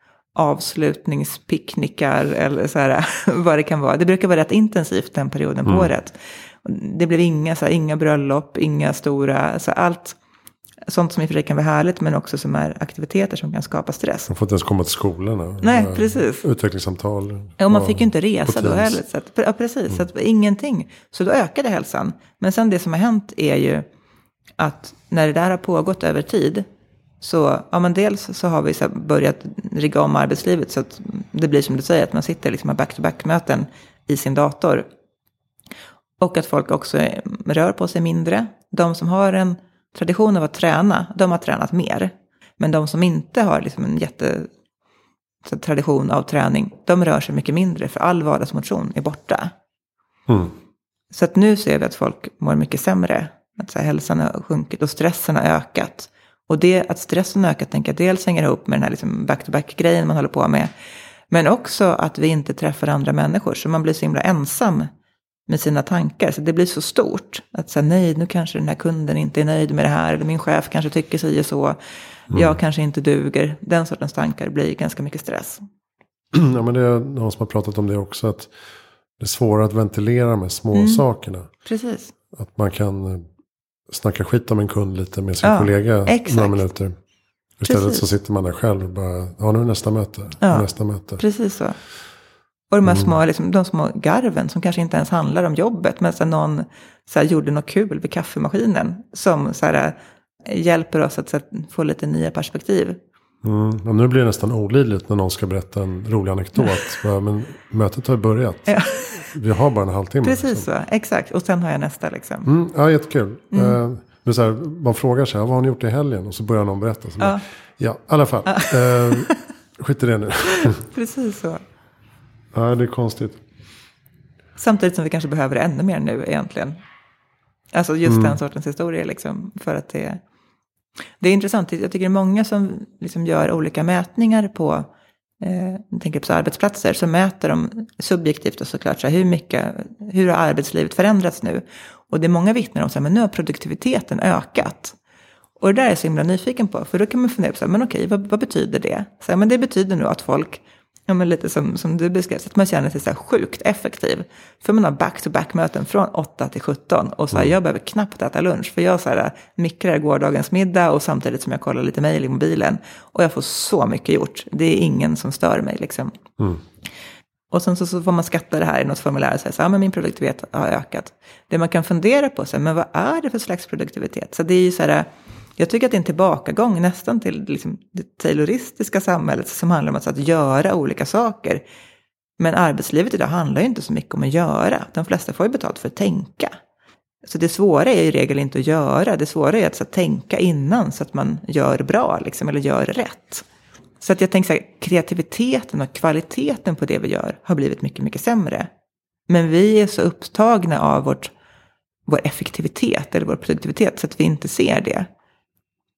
avslutningspicknickar eller så här, vad det kan vara. Det brukar vara rätt intensivt den perioden på året. Det blev inga bröllop, inga stora, så allt sånt som i och för sig kan vara härligt, men också som är aktiviteter som kan skapa stress. Man får inte ens komma till skolorna. Nej, precis. Utvecklingssamtal. Och man fick ju inte resa då heller. Så att, precis, så att ingenting. Så då ökade hälsan. Men sen det som har hänt är ju att när det där har pågått över tid, så dels så har vi så börjat rigga om arbetslivet så att det blir som du säger, att man sitter liksom och back-to-back-möten i sin dator. Och att folk också rör på sig mindre. De som har en tradition av att träna, de har tränat mer. Men de som inte har liksom en tradition av träning, de rör sig mycket mindre, för all vardagsmotion är borta. Så att nu ser vi att folk mår mycket sämre. Att så här, hälsan har sjunkit och stressen har ökat. Och det att stressen har ökat, tänker jag, dels hänger ihop med den här liksom back-to-back-grejen man håller på med. Men också att vi inte träffar andra människor, så man blir så himla ensam med sina tankar. Så det blir så stort att säga, nej, nu kanske den här kunden inte är nöjd med det här, eller min chef kanske tycker sig och så. Jag kanske inte duger. Den sortens tankar blir ganska mycket stress. Ja, men det är någon som har pratat om det också, att det är svårare att ventilera de här små sakerna. Precis. Att man kan snacka skit om en kund lite med sin kollega några minuter. Istället så sitter man där själv och bara, nu är nästa möte. Nästa möte. Precis så. Och de här små, liksom, de små garven som kanske inte ens handlar om jobbet, men så någon så här, gjorde något kul vid kaffemaskinen som så här, hjälper oss att så här, få lite nya perspektiv. Och nu blir det nästan olidligt när någon ska berätta en rolig anekdot. Men mötet har börjat. Ja. Vi har bara en halvtimme. Precis liksom. Så, exakt. Och sen har jag nästa liksom. Ja, jättekul. Men så här, man frågar sig, vad har ni gjort i helgen? Och så börjar någon berätta. Så bara, i alla fall. Skit i det nu. Precis så. Ja, det är konstigt. Samtidigt som vi kanske behöver det ännu mer nu egentligen. Alltså just den sortens historia liksom. För att det är intressant. Jag tycker det är många som liksom gör olika mätningar på, jag tänker på så arbetsplatser, så mäter de subjektivt och såklart så här, hur har arbetslivet förändrats nu? Och det är många vittnar om så här, men nu har produktiviteten ökat. Och det där är jag så himla nyfiken på, för då kan man fundera på så här, men okej, vad betyder det? Så här, men det betyder nog att folk, men lite som du beskrev, att man känner sig så här sjukt effektiv. För man har back-to-back-möten från 8 till 17. Och så här, jag behöver knappt äta lunch. För jag så här, mikrar gårdagens middag och samtidigt som jag kollar lite mejl i mobilen. Och jag får så mycket gjort. Det är ingen som stör mig liksom. Och sen så får man skatta det här i något formulär och säga så här, men min produktivitet har ökat. Det man kan fundera på, så här, men vad är det för slags produktivitet? Så det är ju så här, jag tycker att det är en tillbakagång nästan till liksom det tayloristiska samhället som handlar om att göra olika saker. Men arbetslivet idag handlar ju inte så mycket om att göra. De flesta får ju betalt för att tänka. Så det svåra är i regel inte att göra. Det svåra är att tänka innan så att man gör bra liksom, eller gör rätt. Så att jag tänker så här, kreativiteten och kvaliteten på det vi gör har blivit mycket, mycket sämre. Men vi är så upptagna av vår effektivitet eller vår produktivitet så att vi inte ser det.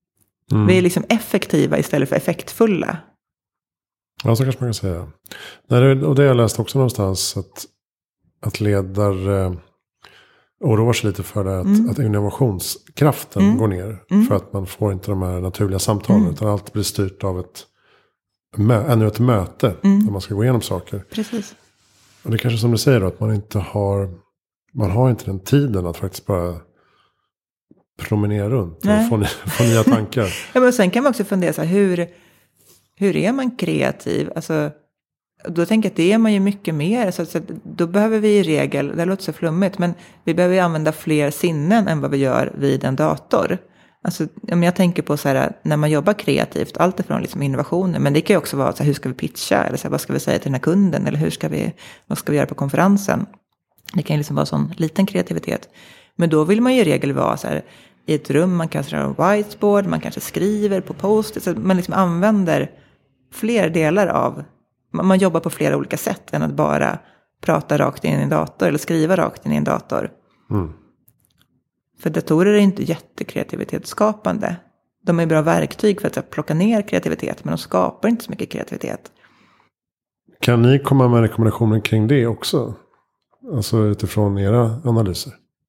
Vi är liksom effektiva istället för effektfulla. Ja, så kanske man kan säga. Och det har jag läst också någonstans att ledare oroar sig lite för det att innovationskraften går ner. För att man får inte de här naturliga samtalen. Utan allt blir styrt av ännu ett möte. Där man ska gå igenom saker. Precis. Och det är kanske som du säger då, att man har inte den tiden att faktiskt bara promenera runt. Och få nya tankar. Ja, men sen kan man också fundera så här, hur är man kreativ? Alltså, då tänker jag att det är man ju mycket mer. Så då behöver vi i regel, det låter så flummigt, men vi behöver ju använda fler sinnen än vad vi gör vid en dator. Alltså, jag tänker på så här, när man jobbar kreativt, allt ifrån liksom innovationer, men det kan ju också vara så här, hur ska vi pitcha? Eller så här, vad ska vi säga till den här kunden? Eller vad ska vi göra på konferensen? Det kan ju liksom vara sån liten kreativitet. Men då vill man ju i regel vara så här, i ett rum, man kanske har en whiteboard, man kanske skriver på post-it, så man liksom använder fler delar av, man jobbar på flera olika sätt än att bara prata rakt in i en dator eller skriva rakt in i en dator. För datorer är inte jättekreativitetsskapande. De är bra verktyg för att plocka ner kreativitet, men de skapar inte så mycket kreativitet. Kan ni komma med rekommendationer kring det också? Alltså utifrån era analyser?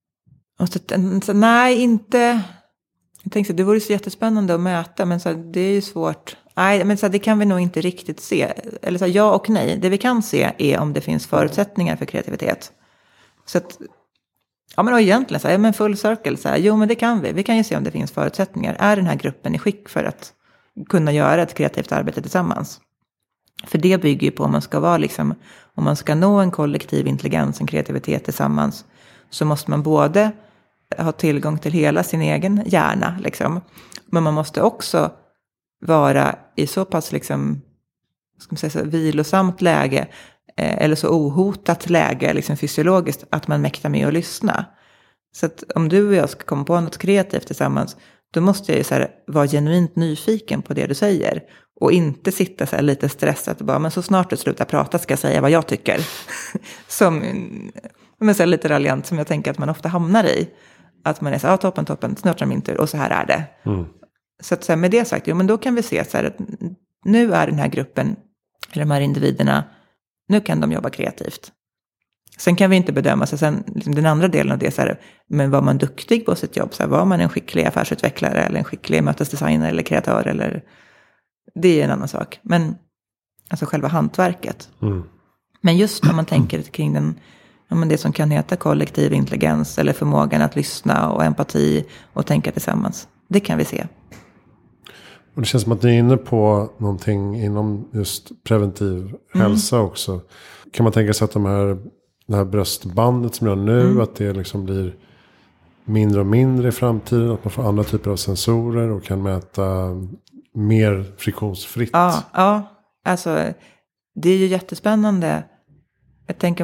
Nej, inte. Jag tänkte att det vore så jättespännande att mäta, men så här, det är ju svårt. Nej, men så här, det kan vi nog inte riktigt se. Eller så här, ja och nej. Det vi kan se är om det finns förutsättningar för kreativitet. Så att, ja men då egentligen så här, ja, men full circle så här, jo men det kan vi. Vi kan ju se om det finns förutsättningar. Är den här gruppen i skick för att kunna göra ett kreativt arbete tillsammans? För det bygger ju på om man ska vara liksom, om man ska nå en kollektiv intelligens, en kreativitet tillsammans, så måste man både ha tillgång till hela sin egen hjärna liksom. Men man måste också vara i så pass liksom, ska man säga så, vilosamt läge eller så ohotat läge liksom fysiologiskt att man mäktar med att lyssna. Så att om du och jag ska komma på något kreativt tillsammans, då måste jag ju så här vara genuint nyfiken på det du säger och inte sitta så här lite stressat och bara, men så snart du slutar prata ska jag säga vad jag tycker. Som men så här lite raljant som jag tänker att man ofta hamnar i. Att man är så här, toppen, snart är min tur och så här är det. Så att så här, med det sagt, jo men då kan vi se så här att nu är den här gruppen, eller de här individerna, nu kan de jobba kreativt. Sen kan vi inte bedöma, så sen liksom den andra delen av det så här, men var man duktig på sitt jobb? Så här, var man en skicklig affärsutvecklare eller en skicklig mötesdesigner eller kreatör? Eller, det är en annan sak. Men alltså själva hantverket. Men just när man tänker kring den, ja, men det som kan heta kollektiv intelligens eller förmågan att lyssna och empati och tänka tillsammans. Det kan vi se. Och det känns som att ni är inne på någonting inom just preventiv hälsa också. Kan man tänka sig att det här bröstbandet som jag har nu, att det liksom blir mindre och mindre i framtiden, att man får andra typer av sensorer och kan mäta mer friktionsfritt? Ja, alltså det är ju jättespännande. Jag tänker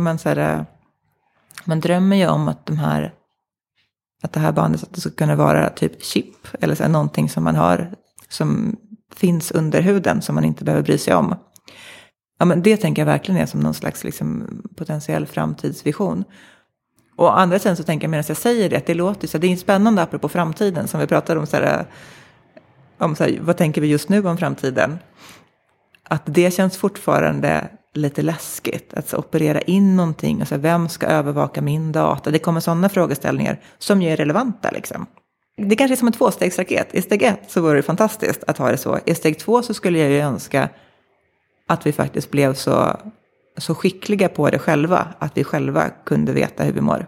man drömmer ju om att det här bandet, att det ska kunna vara typ chip eller så här, någonting som man har som finns under huden som man inte behöver bry sig om. Ja, men det tänker jag verkligen är som någon slags liksom potentiell framtidsvision. Och å andra sidan så tänker jag medan jag säger det, att det låter så, det är spännande apropå framtiden som vi pratade om så här, vad tänker vi just nu om framtiden? Att det känns fortfarande lite läskigt att så operera in någonting och så här, vem ska övervaka min data? Det kommer sådana frågeställningar som ju är relevanta liksom. Det kanske är som en 2-stegsraket. I steg 1 så var det fantastiskt att ha det så. I steg 2 så skulle jag ju önska att vi faktiskt blev så skickliga på det själva. Att vi själva kunde veta hur vi mår.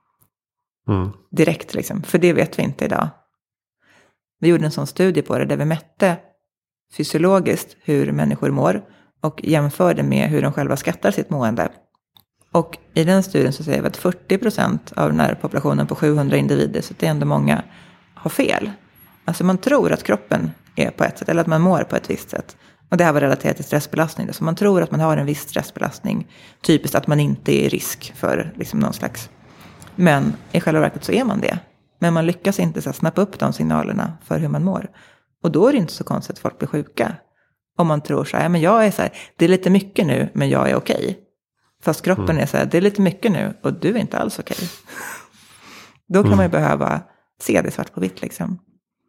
Direkt liksom. För det vet vi inte idag. Vi gjorde en sån studie på det där vi mätte fysiologiskt hur människor mår. Och jämförde med hur de själva skattar sitt mående. Och i den studien så säger vi att 40% av den här populationen på 700 individer, så det är ändå många, har fel. Alltså man tror att kroppen är på ett sätt eller att man mår på ett visst sätt. Och det här var relaterat till stressbelastning. Så man tror att man har en viss stressbelastning. Typiskt att man inte är i risk för liksom någon slags. Men i själva verket så är man det. Men man lyckas inte så snappa upp de signalerna för hur man mår. Och då är det inte så konstigt att folk blir sjuka. Om man tror så här, men jag är så här, det är lite mycket nu men jag är okej. Fast kroppen är så här, det är lite mycket nu och du är inte alls okej. Då kan man ju behöva se det svart på vitt liksom.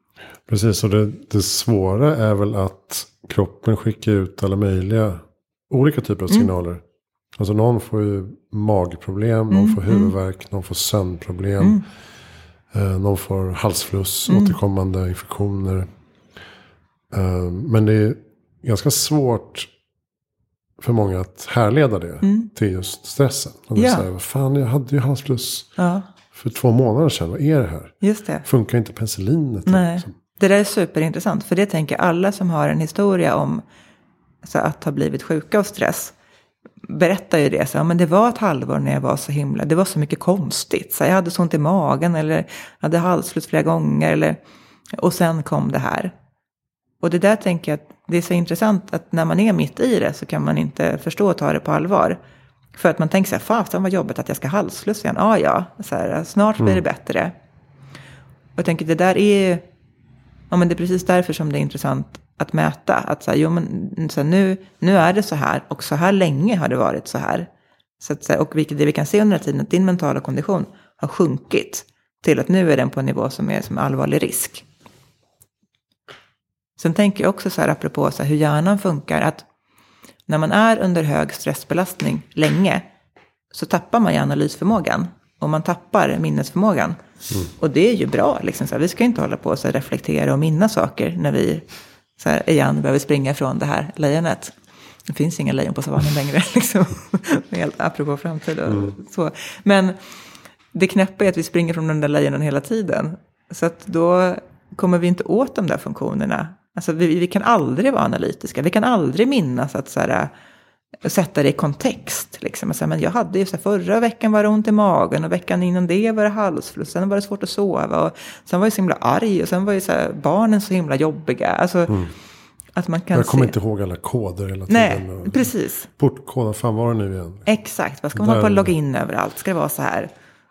Precis, och det svåra är väl att kroppen skickar ut alla möjliga olika typer av signaler. Alltså någon får ju magproblem, någon får huvudvärk, någon får sömnproblem. Någon får halsfluss, återkommande infektioner. Men det är ganska svårt för många att härleda det till just stressen. Och säger, vad fan, jag hade ju halsfluss för 2 månader sedan. Vad är det här? Just det. Funkar inte penicillinet? Nej. Liksom. Det där är superintressant. För det tänker alla som har en historia om alltså, att ha blivit sjuka av stress. Berättar ju det. Så, men det var ett halvår när jag var så himla. Det var så mycket konstigt. Så jag hade så ont i magen. Eller hade halsfluss flera gånger. Och sen kom det här. Och det där tänker jag att det är så intressant. Att när man är mitt i det så kan man inte förstå och ta det på allvar. För att man tänker så här. Fan vad jobbigt att jag ska halsfluss igen. Ja. Så här, snart blir det bättre. Och jag tänker det där är. Ja men det är precis därför som det är intressant att mäta. Att så här, jo men så här, nu är det så här. Och så här länge har det varit så här. Så att, och vilket det vi kan se under den här tiden. Att din mentala kondition har sjunkit. Till att nu är den på en nivå som är som allvarlig risk. Sen tänker jag också så här apropå så här, hur hjärnan funkar. Att när man är under hög stressbelastning länge. Så tappar man ju analysförmågan. Och man tappar minnesförmågan. Och det är ju bra. Liksom, så här, vi ska inte hålla på och reflektera och minna saker. När vi så här, igen behöver springa från det här lejonet. Det finns inga lejon på savannen längre. Liksom. Helt apropå framtid och så. Men det knäppa är att vi springer från den där lejonen hela tiden. Så att då kommer vi inte åt de där funktionerna. Alltså vi kan aldrig vara analytiska. Vi kan aldrig minnas att så här, sätta det i kontext. Liksom. Alltså, men jag hade ju så här, förra veckan var det ont i magen. Och veckan innan det var det halsfluss. Sen var det svårt att sova. Och sen var jag så himla arg. Och sen var ju så här, barnen så himla jobbiga. Alltså, att man kan jag kommer inte ihåg alla koder hela tiden. Nej, precis. Portkoden, fan var det nu igen? Exakt, vad ska man ha på att logga in överallt? Ska det vara så här?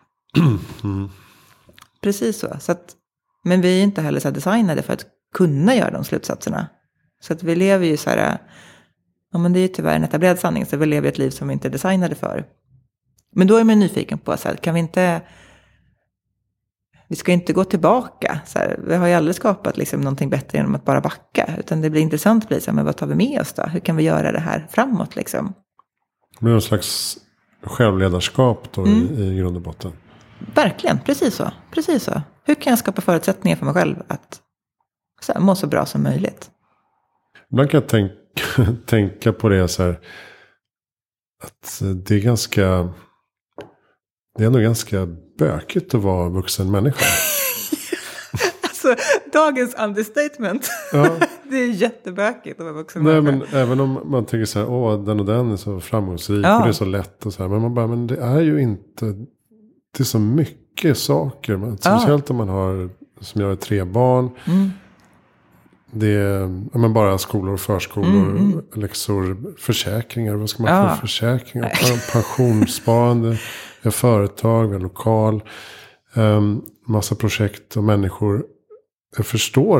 Precis så att, men vi är inte heller så designade för att kunna göra de slutsatserna. Så att vi lever ju så här. Ja, men det är ju tyvärr en etablerad sanning. Så vi lever ett liv som vi inte är designade för. Men då är man nyfiken på så här, kan vi inte. Vi ska inte gå tillbaka. Så här, vi har ju aldrig skapat liksom någonting bättre genom att bara backa. Utan det blir intressant att bli så här, men vad tar vi med oss då? Hur kan vi göra det här framåt liksom? Det blir någon slags självledarskap då i grund och botten. Verkligen, precis så. Precis så. Hur kan jag skapa förutsättningar för mig själv att så här, må så bra som möjligt? Ibland kan jag tänka på det så här. Att det är ändå ganska bökigt att vara vuxen människa. Alltså, dagens understatement. Ja. Det är jättebökigt att vara vuxen människa. Men även om man tänker så här, den och den är så framgångsrik och det är så lätt och så här. Men man bara, men det är ju inte, det är så mycket saker. Speciellt om man har, som jag har 3 barn. Det är bara skolor och förskolor, läxor, försäkringar. Vad ska man få för försäkringar? Pensionssparande, vi har företag, vi har lokal. Massa projekt och människor. Jag förstår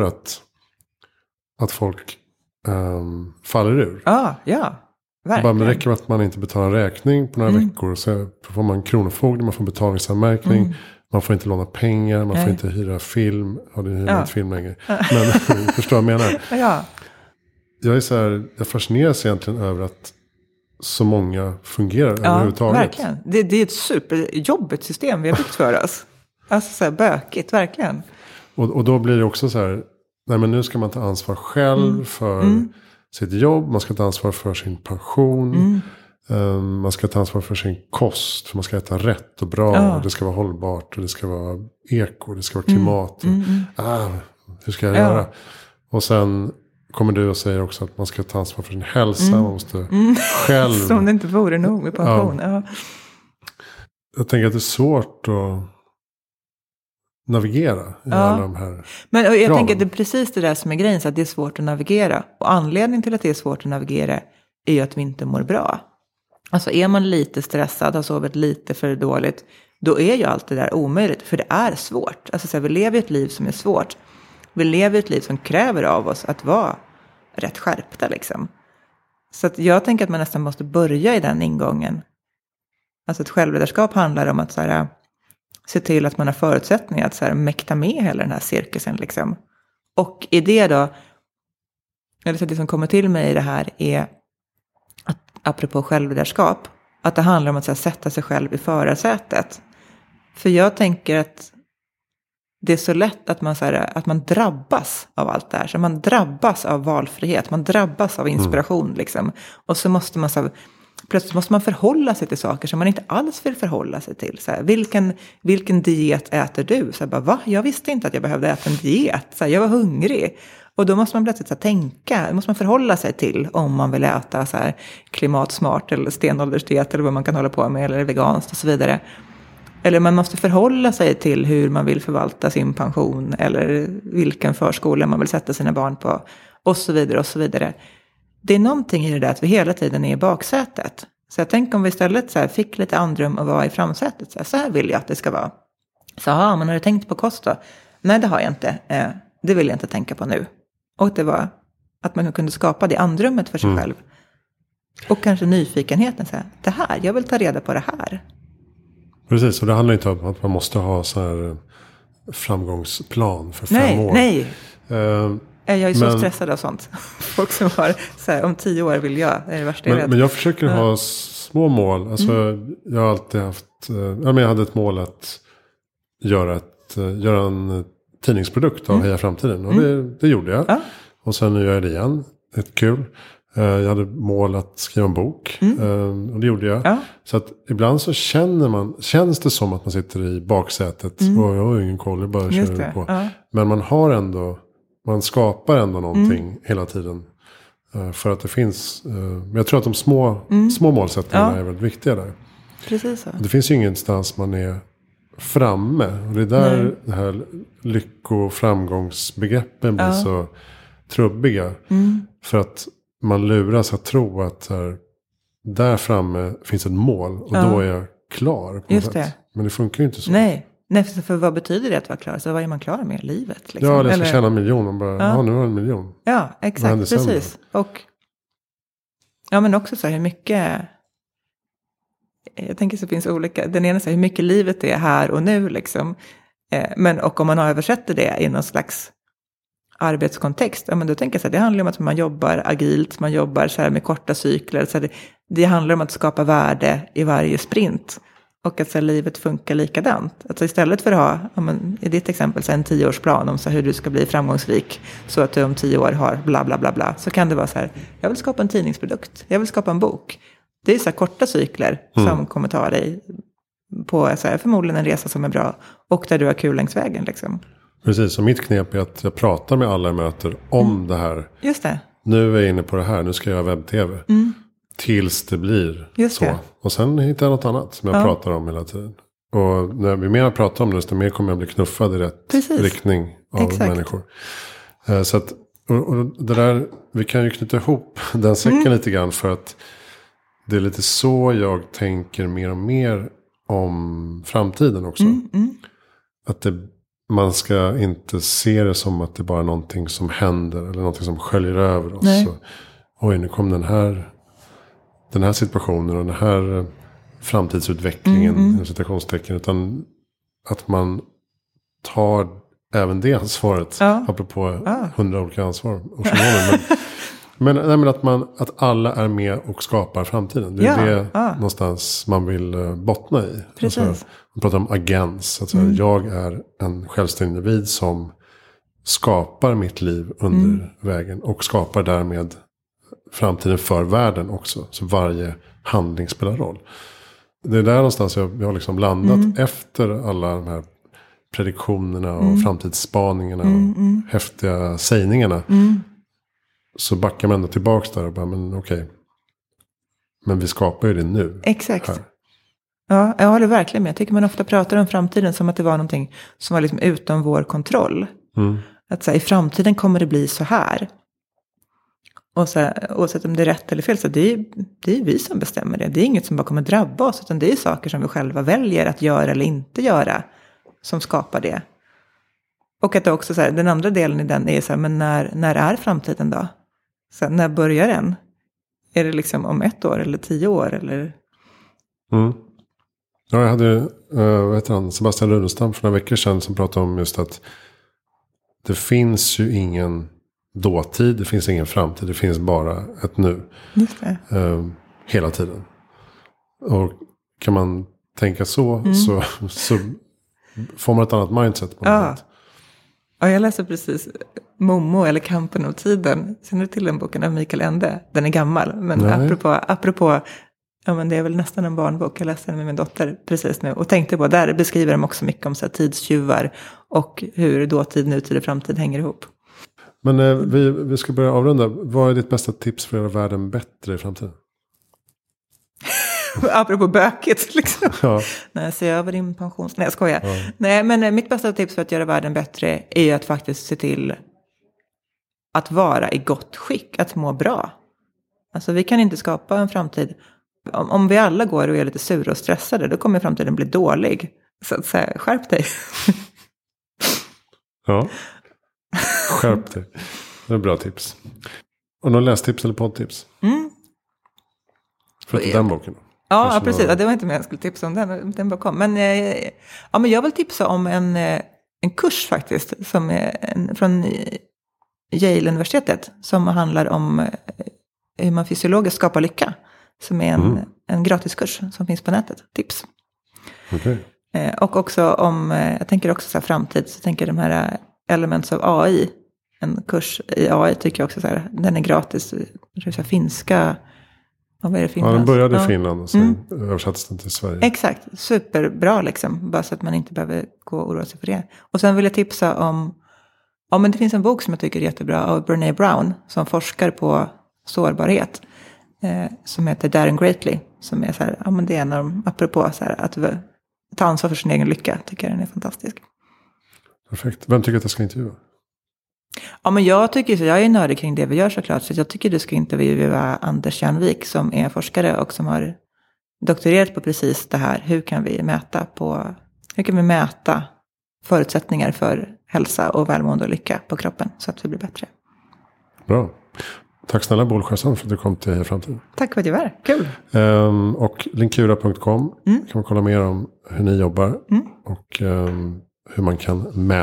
att folk faller ur. Ja, verkligen. Men det räcker med att man inte betalar en räkning på några veckor. Så får man kronofogd, man får betalningsanmärkning. Man får inte låna pengar, man får inte hyra film. Ja, det hyr inte film längre. Men förstår vad jag menar. Ja. Jag är så här, jag fascineras egentligen över att så många fungerar överhuvudtaget. Verkligen. Det är ett superjobbigt system vi har byggt för oss. Alltså så här bökigt, verkligen. Och då blir det också så här, nej men nu ska man ta ansvar själv för sitt jobb. Man ska ta ansvar för sin pension. Man ska ta ansvar för sin kost. För man ska äta rätt och bra. Och det ska vara hållbart. Och det ska vara eko. Det ska vara klimat. Hur ska jag göra? Och sen kommer du och säger också att man ska ta ansvar för sin hälsa. Man måste själv. Som det inte vore nog med pension. Ja. Jag tänker att det är svårt att navigera i alla de här. Men jag tänker att det är precis det där som är grejen. Så att det är svårt att navigera. Och anledningen till att det är svårt att navigera är ju att vi inte mår bra. Alltså är man lite stressad, har sovit lite för dåligt, då är ju allt det där omöjligt. För det är svårt. Alltså så här, vi lever ett liv som är svårt. Vi lever ett liv som kräver av oss att vara rätt skärpta liksom. Så att jag tänker att man nästan måste börja i den ingången. Alltså ett självledarskap handlar om att så här, se till att man har förutsättningar att så här, mäkta med hela den här cirkusen liksom. Och i det då, eller så det som kommer till mig i det här är att, apropå självledarskap, att det handlar om att så här, sätta sig själv i förarsätet. För jag tänker att det är så lätt att man, så här, att man drabbas av allt det här. Så man drabbas av valfrihet, man drabbas av inspiration liksom. Och så måste man så här, plötsligt måste man förhålla sig till saker som man inte alls vill förhålla sig till. Så här, vilken diet äter du? Så här, bara, va? Jag visste inte att jag behövde äta en diet. Så här, jag var hungrig. Och då måste man plötsligt så här, tänka, måste man förhålla sig till om man vill äta så här, klimatsmart eller stenåldersdiet eller vad man kan hålla på med eller veganskt och så vidare. Eller man måste förhålla sig till hur man vill förvalta sin pension eller vilken förskola man vill sätta sina barn på och så vidare och så vidare. Det är någonting i det där att vi hela tiden är i baksätet. Så jag tänker om vi istället så här fick lite andrum och var i framsätet. Så här vill jag att det ska vara. Så men har du tänkt på kost då? Nej, det har jag inte. Det vill jag inte tänka på nu. Och det var att man kunde skapa det andrummet för sig själv. Och kanske nyfikenheten. Så här, det här, jag vill ta reda på det här. Precis, och det handlar inte om att man måste ha så här framgångsplan för 5 år. Nej. Jag är så stressad av sånt. Folk som har så här, om 10 år vill jag, är det värsta jag vet. Men jag försöker ha små mål. Alltså, jag har alltid haft, jag hade ett mål att göra en tidningsprodukt av Heja Framtiden. Och det gjorde jag. Ja. Och sen nu gör jag det igen. Det är kul. Jag hade mål att skriva en bok. Och det gjorde jag. Ja. Så att ibland så känns det som att man sitter i baksätet. Och jag har ingen koll, jag bara kör på. Ja. Men man skapar ändå någonting hela tiden. För att det finns, jag tror att de små målsättningarna är väldigt viktiga där. Precis så. Det finns ju ingenstans man är framme. Och det är där det här lycko- och framgångsbegreppen blir så trubbiga. För att man luras att tro att där framme finns ett mål. Och då är jag klar. På just något det. sätt. Men det funkar ju inte så. Nej, för vad betyder det att vara klar? Så vad är man klar med i livet? Liksom? Ja, det ska tjäna 1 miljon. Och bara, nu har jag 1 miljon. Ja, exakt. Precis. Och men också så här hur mycket... Jag tänker så finns olika... Den ena säger hur mycket livet är här och nu liksom. Och om man översätter det i någon slags arbetskontext, men då tänker jag så här, det handlar om att man jobbar agilt, man jobbar så här med korta cykler, så här, det handlar om att skapa värde i varje sprint och att så här, livet funkar likadant. Alltså istället för att ha, i ditt exempel så en 10-årsplan om så här, hur du ska bli framgångsrik så att du om 10 år har bla bla bla bla, så kan det vara så här, jag vill skapa en tidningsprodukt, jag vill skapa en bok. Det är så här korta cykler som kommer ta dig på så här, förmodligen en resa som är bra och där du har kul längs vägen liksom. Precis, och mitt knep är att jag pratar med alla jag möter om det här. Just det. Nu är jag inne på det här, nu ska jag göra webb-tv. Tills det blir just så. Det. Och sen hittar jag något annat som jag pratar om hela tiden. Och när vi mer pratar om det, desto mer kommer jag bli knuffad i rätt riktning av människor. Så att, och det där, vi kan ju knyta ihop den säcken lite grann för att det är lite så jag tänker mer och mer om framtiden också. Att man ska inte se det som att det bara är någonting som händer eller någonting som sköljer över oss. Oj, nu kom den här situationen och den här framtidsutvecklingen inom citationstecken, utan att man tar även det ansvaret apropå 100 olika ansvar. Men att alla är med och skapar framtiden. Det är det någonstans man vill bottna i. Alltså, man pratar om agens. Alltså, jag är en självständig individ som skapar mitt liv under vägen. Och skapar därmed framtiden för världen också. Så varje handling spelar roll. Det är där någonstans jag har liksom landat efter alla de här prediktionerna och framtidsspaningarna och häftiga sägningarna. Så backar man ändå tillbaka där och bara, men okej. Men vi skapar ju det nu. Exakt. Här. Ja, jag håller verkligen med. Jag tycker man ofta pratar om framtiden som att det var någonting som var liksom utom vår kontroll. Att så här, i framtiden kommer det bli så här. Och så här, oavsett om det är rätt eller fel, så det är vi som bestämmer det. Det är inget som bara kommer drabba oss, utan det är saker som vi själva väljer att göra eller inte göra som skapar det. Och att det också så här, den andra delen i den är så här, men när är framtiden då? Så här, när börjar den? Är det liksom om 1 år eller 10 år eller? Ja, jag hade Sebastian Runestam för några veckor sedan som pratade om just att det finns ju ingen dåtid, det finns ingen framtid, det finns bara ett nu. Just det. Hela tiden. Och kan man tänka så får man ett annat mindset på något sätt. Ja, jag läser precis Momo eller Kampen om tiden. Känner du till den boken av Mikael Ende? Den är gammal, men apropå ja, men det är väl nästan en barnbok. Jag läste den med min dotter precis nu. Och tänkte på, där beskriver de också mycket om så här, tidstjuvar. Och hur dåtid, nutid och framtid hänger ihop. Men vi ska börja avrunda. Vad är ditt bästa tips för att göra världen bättre i framtiden? Apropå bökigt liksom. Ja. Nej, se över din pension. Nej, jag skojar. Ja. Nej, men mitt bästa tips för att göra världen bättre är att faktiskt se till att vara i gott skick. Att må bra. Alltså vi kan inte skapa en framtid. Om vi alla går och är lite sura och stressade, då kommer framtiden bli dålig. Så att säga, skärp dig. Ja, skärp dig. Det är bra tips. Och någon lästips eller poddtips? För den boken då? Ja, precis. Ja, det var inte mer jag skulle tipsa om den bakom. Men jag vill tipsa om en kurs faktiskt. Som är från Yale-universitetet. Som handlar om hur man fysiologiskt skapar lycka. Som är en gratiskurs som finns på nätet. Tips. Okay. Och också om, jag tänker också så här framtid. Så tänker de här Elements of AI. En kurs i AI tycker jag också så här. Den är gratis. Det är så här, finska. Vad är det, Finland? Ja, den började i Finland och sen översattes den till Sverige. Exakt, superbra liksom. Bara så att man inte behöver gå och oroa sig för det. Och sen vill jag tipsa om, men det finns en bok som jag tycker är jättebra av Brené Brown. Som forskar på sårbarhet. Som heter Daring Greatly. Som är så här, ja men det är en av dem, apropå så här, att ta ansvar för sin egen lycka. Tycker jag den är fantastisk. Perfekt. Vem tycker att jag ska intervjua? Ja, men jag tycker så. Jag är nördig kring det vi gör såklart. Så jag tycker du ska intervjua Anders Jernvik som är forskare och som har doktorerat på precis det här. Hur kan vi mäta förutsättningar för hälsa och välmående och lycka på kroppen så att vi blir bättre. Bra. Tack snälla Boel Sjöstrand för att du kom till Framtiden. Tack för att du var här. Kul. Och linkura.com kan man kolla mer om hur ni jobbar och hur man kan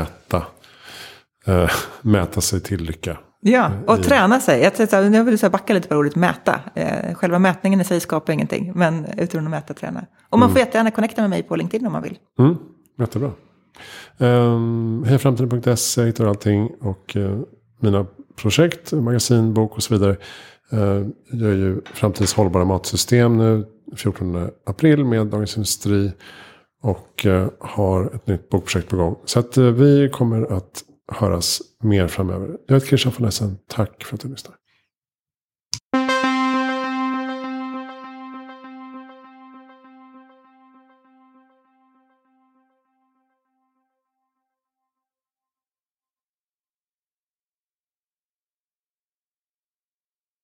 mäta sig till lycka. Ja, och träna sig. Jag vill backa lite på ordet mäta. Själva mätningen i sig skapar ingenting. Men utan att mäta, träna. Och man får jättegärna connecta med mig på LinkedIn om man vill. Jättebra. Hejaframtiden.se hittar allting. Och mina projekt, magasin, bok och så vidare. Jag gör ju Framtidens hållbara matsystem nu 14 april med Dagens Industri. Och har ett nytt bokprojekt på gång. Så att vi kommer att höras mer framöver. Jag heter Christian von Essen. Tack för att du lyssnar.